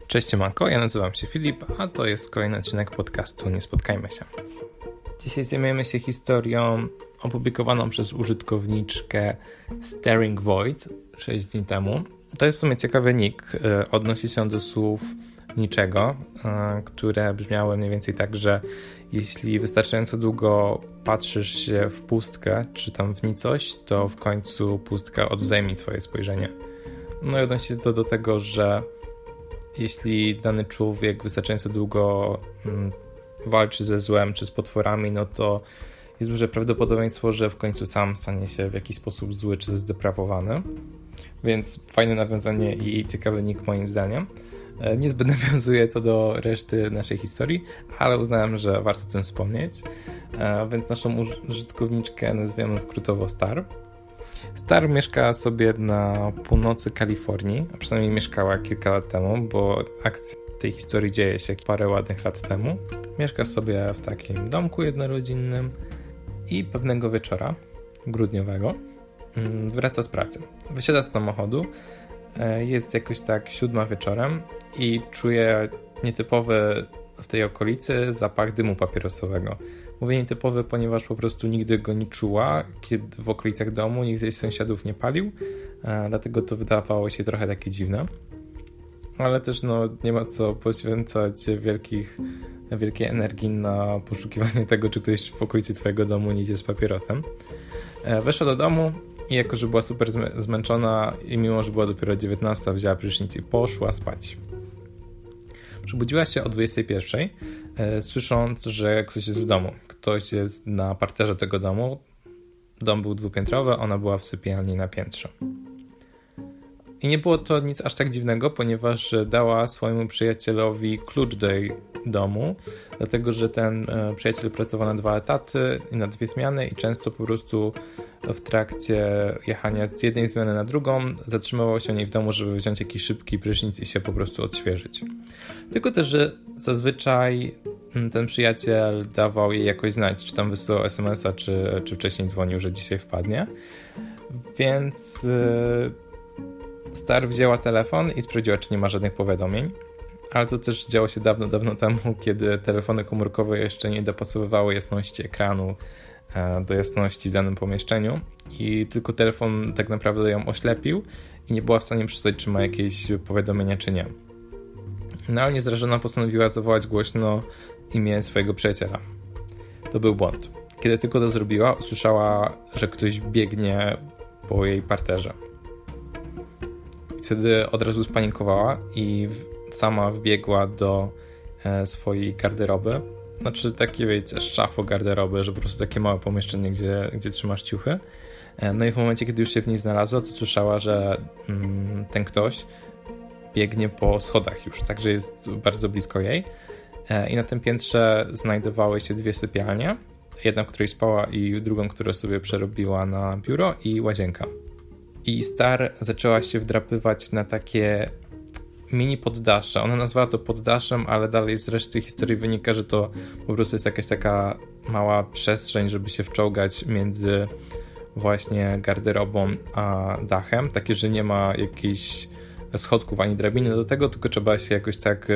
Cześć siemanko, ja nazywam się Filip, a to jest kolejny odcinek podcastu Nie Spotkajmy się. Dzisiaj zajmujemy się historią opublikowaną przez użytkowniczkę Staring Void 6 dni temu. To jest w sumie ciekawy nick, odnosi się do słów niczego, które brzmiały mniej więcej tak, że jeśli wystarczająco długo patrzysz się w pustkę, czy tam w nicość, to w końcu pustka odwzajemni twoje spojrzenie. No i odnosi się to do tego, że jeśli dany człowiek wystarczająco długo walczy ze złem czy z potworami, no to jest duże prawdopodobieństwo, że w końcu sam stanie się w jakiś sposób zły czy zdeprawowany. Więc fajne nawiązanie i ciekawy nick moim zdaniem. Niezbyt nawiązuje to do reszty naszej historii, ale uznałem, że warto o tym wspomnieć. Więc naszą użytkowniczkę nazwiemy skrótowo Star. Star mieszka sobie na północy Kalifornii, a przynajmniej mieszkała kilka lat temu, bo akcja tej historii dzieje się parę ładnych lat temu. Mieszka sobie w takim domku jednorodzinnym i pewnego wieczora grudniowego wraca z pracy. Wysiada z samochodu, jest jakoś tak 7 wieczorem i czuje nietypowy w tej okolicy zapach dymu papierosowego. Mówię nietypowy, ponieważ po prostu nigdy go nie czuła, kiedy w okolicach domu nikt z jej sąsiadów nie palił, dlatego to wydawało się trochę takie dziwne. Ale też nie ma co poświęcać wielkiej energii na poszukiwanie tego, czy ktoś w okolicy twojego domu nie idzie z papierosem. Weszła do domu i jako, że była super zmęczona i mimo, że była dopiero 19, wzięła prysznic i poszła spać. Przebudziła się o 21, słysząc, że ktoś jest w domu. Ktoś jest na parterze tego domu. Dom był dwupiętrowy, ona była w sypialni na piętrze. I nie było to nic aż tak dziwnego, ponieważ dała swojemu przyjacielowi klucz do jej domu, dlatego że ten przyjaciel pracował na 2 etaty i na 2 zmiany i często po prostu w trakcie jechania z jednej zmiany na drugą zatrzymywał się u niej w domu, żeby wziąć jakiś szybki prysznic i się po prostu odświeżyć. Tylko też, że zazwyczaj ten przyjaciel dawał jej jakoś znać, czy tam wysyłał SMS-a, czy wcześniej dzwonił, że dzisiaj wpadnie. Więc Star wzięła telefon i sprawdziła, czy nie ma żadnych powiadomień, ale to też działo się dawno temu, kiedy telefony komórkowe jeszcze nie dopasowywały jasności ekranu do jasności w danym pomieszczeniu i tylko telefon tak naprawdę ją oślepił i nie była w stanie przeczytać, czy ma jakieś powiadomienia, czy nie. No ale niezrażona postanowiła zawołać głośno imię swojego przyjaciela. To był błąd. Kiedy tylko to zrobiła, usłyszała, że ktoś biegnie po jej parterze. Wtedy od razu spanikowała i sama wbiegła do swojej garderoby. Znaczy takie, wiecie, szafo garderoby, że po prostu takie małe pomieszczenie, gdzie trzymasz ciuchy. No i w momencie, kiedy już się w niej znalazła, to słyszała, że ten ktoś biegnie po schodach już, także jest bardzo blisko jej. I na tym piętrze znajdowały się 2 sypialnie. Jedna, w której spała i drugą, którą sobie przerobiła na biuro i łazienka. I Star zaczęła się wdrapywać na takie mini poddasze. Ona nazwała to poddaszem, ale dalej z reszty historii wynika, że to po prostu jest jakaś taka mała przestrzeń, żeby się wczołgać między właśnie garderobą a dachem. Takie, że nie ma jakichś schodków ani drabiny do tego, tylko trzeba się jakoś tak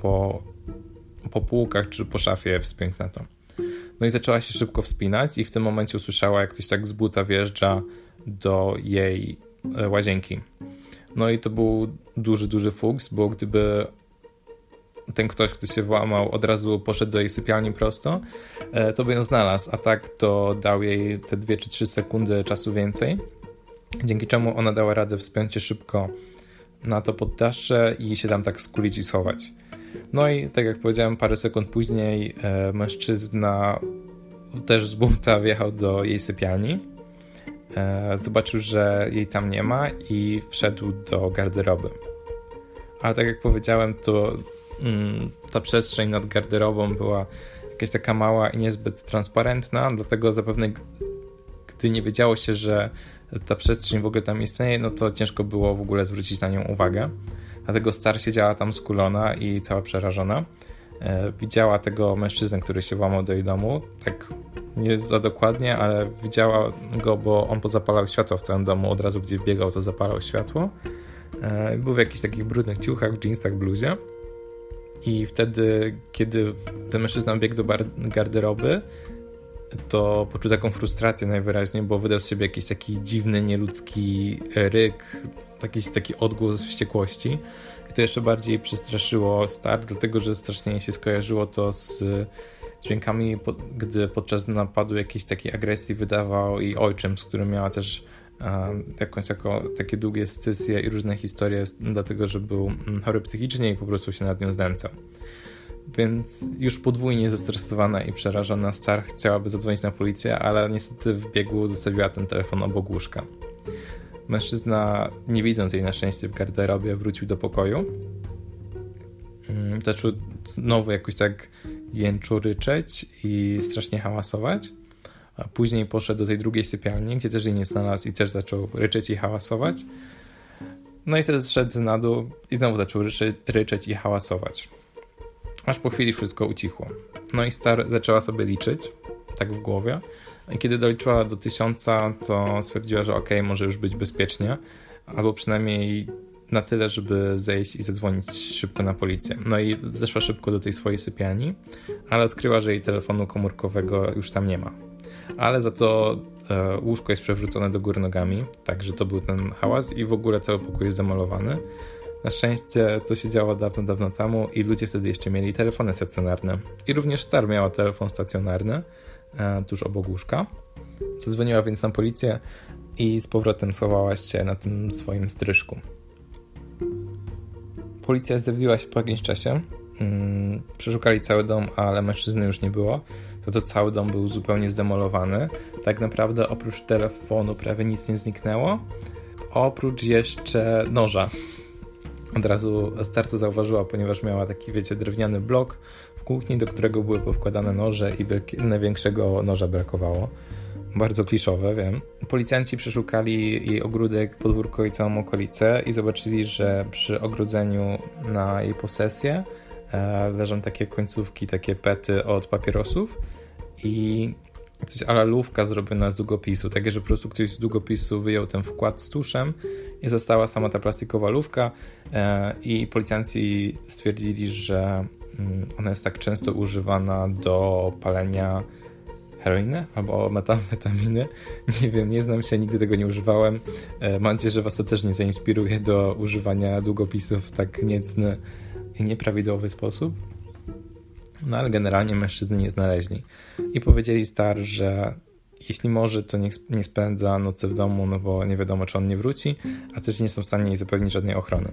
po półkach czy po szafie wspiąć na to. No i zaczęła się szybko wspinać i w tym momencie usłyszała, jak ktoś tak z buta wjeżdża do jej łazienki. No i to był duży fuks, bo gdyby ten ktoś, kto się włamał, od razu poszedł do jej sypialni prosto, to by ją znalazł, a tak to dał jej te 2 czy 3 sekundy czasu więcej, dzięki czemu ona dała radę wspiąć się szybko na to poddasze i się tam tak skulić i schować. No i tak jak powiedziałem, parę sekund później mężczyzna też z buta wjechał do jej sypialni. Zobaczył, że jej tam nie ma i wszedł do garderoby. Ale tak jak powiedziałem, to ta przestrzeń nad garderobą była jakaś taka mała i niezbyt transparentna, dlatego zapewne gdy nie wiedziało się, że ta przestrzeń w ogóle tam istnieje, no to ciężko było w ogóle zwrócić na nią uwagę. Dlatego Star siedziała tam skulona i cała przerażona. Widziała tego mężczyznę, który się włamał do jej domu, tak nie za dokładnie, ale widziała go, bo on pozapalał światło w całym domu, od razu gdzie wbiegał, to zapalał światło. Był w jakichś takich brudnych ciuchach, w dżinsach, bluzie. I wtedy, kiedy ten mężczyzna biegł do garderoby, to poczuł taką frustrację najwyraźniej, bo wydał z siebie jakiś taki dziwny, nieludzki ryk, jakiś taki odgłos wściekłości. I to jeszcze bardziej przestraszyło Star, dlatego że strasznie jej się skojarzyło to z dźwiękami, gdy podczas napadu jakiejś takiej agresji wydawał jej ojczym, z którym miała też takie długie scysje i różne historie, dlatego że był chory psychicznie i po prostu się nad nią znęcał. Więc już podwójnie zestresowana i przerażona Star chciałaby zadzwonić na policję, ale niestety w biegu zostawiła ten telefon obok łóżka. Mężczyzna, nie widząc jej na szczęście w garderobie, wrócił do pokoju. Zaczął znowu jakoś tak jęczuryczeć i strasznie hałasować. A później poszedł do tej drugiej sypialni, gdzie też jej nie znalazł i też zaczął ryczeć i hałasować. No i wtedy zszedł na dół i znowu zaczął ryczeć i hałasować. Aż po chwili wszystko ucichło. No i Star zaczęła sobie liczyć, tak w głowie. I kiedy doliczyła do 1000, to stwierdziła, że może już być bezpiecznie, albo przynajmniej na tyle, żeby zejść i zadzwonić szybko na policję. No i zeszła szybko do tej swojej sypialni, ale odkryła, że jej telefonu komórkowego już tam nie ma. Ale za to łóżko jest przewrócone do góry nogami, także to był ten hałas i w ogóle cały pokój jest zdemolowany. Na szczęście to się działo dawno, dawno temu i ludzie wtedy jeszcze mieli telefony stacjonarne. I również Star miała telefon stacjonarny tuż obok łóżka. Zadzwoniła więc na policję i z powrotem schowała się na tym swoim stryżku. Policja zjawiła się po jakimś czasie. Przeszukali cały dom, ale mężczyzny już nie było. To cały dom był zupełnie zdemolowany. Tak naprawdę oprócz telefonu prawie nic nie zniknęło. Oprócz jeszcze noża. Od razu Star to zauważyła, ponieważ miała taki, drewniany blok w kuchni, do którego były powkładane noże i największego noża brakowało. Bardzo kliszowe, wiem. Policjanci przeszukali jej ogródek, podwórko i całą okolicę i zobaczyli, że przy ogrodzeniu na jej posesję leżą takie końcówki, takie pety od papierosów i coś a la lufka zrobiona z długopisu, takie, że po prostu ktoś z długopisu wyjął ten wkład z tuszem i została sama ta plastikowa lufka i policjanci stwierdzili, że ona jest tak często używana do palenia heroiny albo metamfetaminy. Nie wiem, nie znam się, nigdy tego nie używałem. Mam nadzieję, że was to też nie zainspiruje do używania długopisów w tak niecny i nieprawidłowy sposób. No ale generalnie mężczyzny nie znaleźli. I powiedzieli Star, że jeśli może, to nie spędza nocy w domu, no bo nie wiadomo, czy on nie wróci, a też nie są w stanie jej zapewnić żadnej ochrony.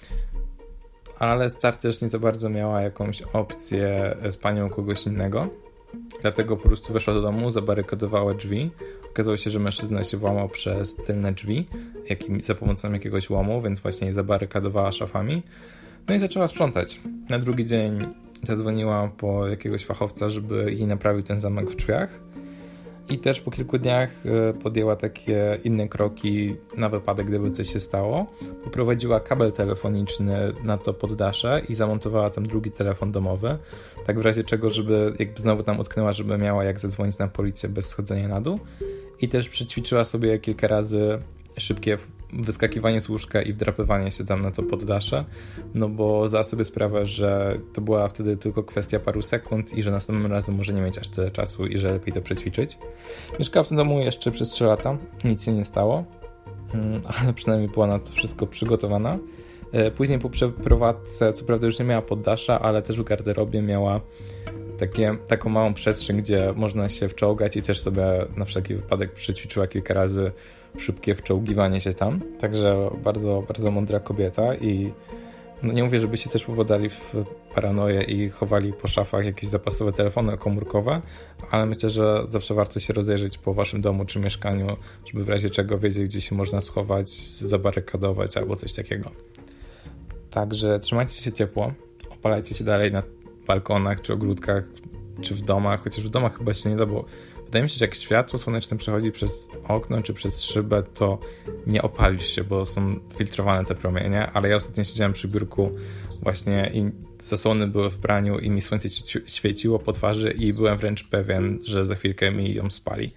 Ale Star też nie za bardzo miała jakąś opcję z panią kogoś innego, dlatego po prostu weszła do domu, zabarykadowała drzwi. Okazało się, że mężczyzna się włamał przez tylne drzwi za pomocą jakiegoś łomu, więc właśnie je zabarykadowała szafami. No i zaczęła sprzątać. Na drugi dzień zadzwoniła po jakiegoś fachowca, żeby jej naprawił ten zamek w drzwiach. I też po kilku dniach podjęła takie inne kroki na wypadek, gdyby coś się stało. Poprowadziła kabel telefoniczny na to poddasze i zamontowała tam drugi telefon domowy. Tak w razie czego, żeby jakby znowu tam utknęła, żeby miała jak zadzwonić na policję bez schodzenia na dół. I też przećwiczyła sobie kilka razy szybkie wyskakiwanie z łóżka i wdrapywanie się tam na to poddasze, no bo zdała sobie sprawę, że to była wtedy tylko kwestia paru sekund i że następnym razem może nie mieć aż tyle czasu i że lepiej to przećwiczyć. Mieszkała w tym domu jeszcze przez 3 lata, nic się nie stało, ale przynajmniej była na to wszystko przygotowana. Później po przeprowadzce, co prawda już nie miała poddasza, ale też w garderobie miała taką małą przestrzeń, gdzie można się wczołgać i też sobie na wszelki wypadek przećwiczyła kilka razy szybkie wczołgiwanie się tam. Także bardzo, bardzo mądra kobieta i nie mówię, żeby się też popadali w paranoję i chowali po szafach jakieś zapasowe telefony komórkowe, ale myślę, że zawsze warto się rozejrzeć po waszym domu czy mieszkaniu, żeby w razie czego wiedzieć, gdzie się można schować, zabarykadować albo coś takiego. Także trzymajcie się ciepło, opalajcie się dalej na balkonach, czy ogródkach, czy w domach, chociaż w domach chyba się nie da, bo wydaje mi się, że jak światło słoneczne przechodzi przez okno, czy przez szybę, to nie opalisz się, bo są filtrowane te promienie, ale ja ostatnio siedziałem przy biurku właśnie i zasłony były w praniu i mi słońce świeciło po twarzy i byłem wręcz pewien, że za chwilkę mi ją spali.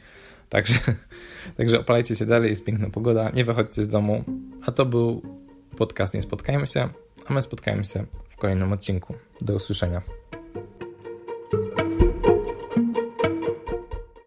Także opalajcie się dalej, jest piękna pogoda, nie wychodźcie z domu, a to był podcast Nie Spotkajmy się, a my spotkajmy się w kolejnym odcinku. Do usłyszenia.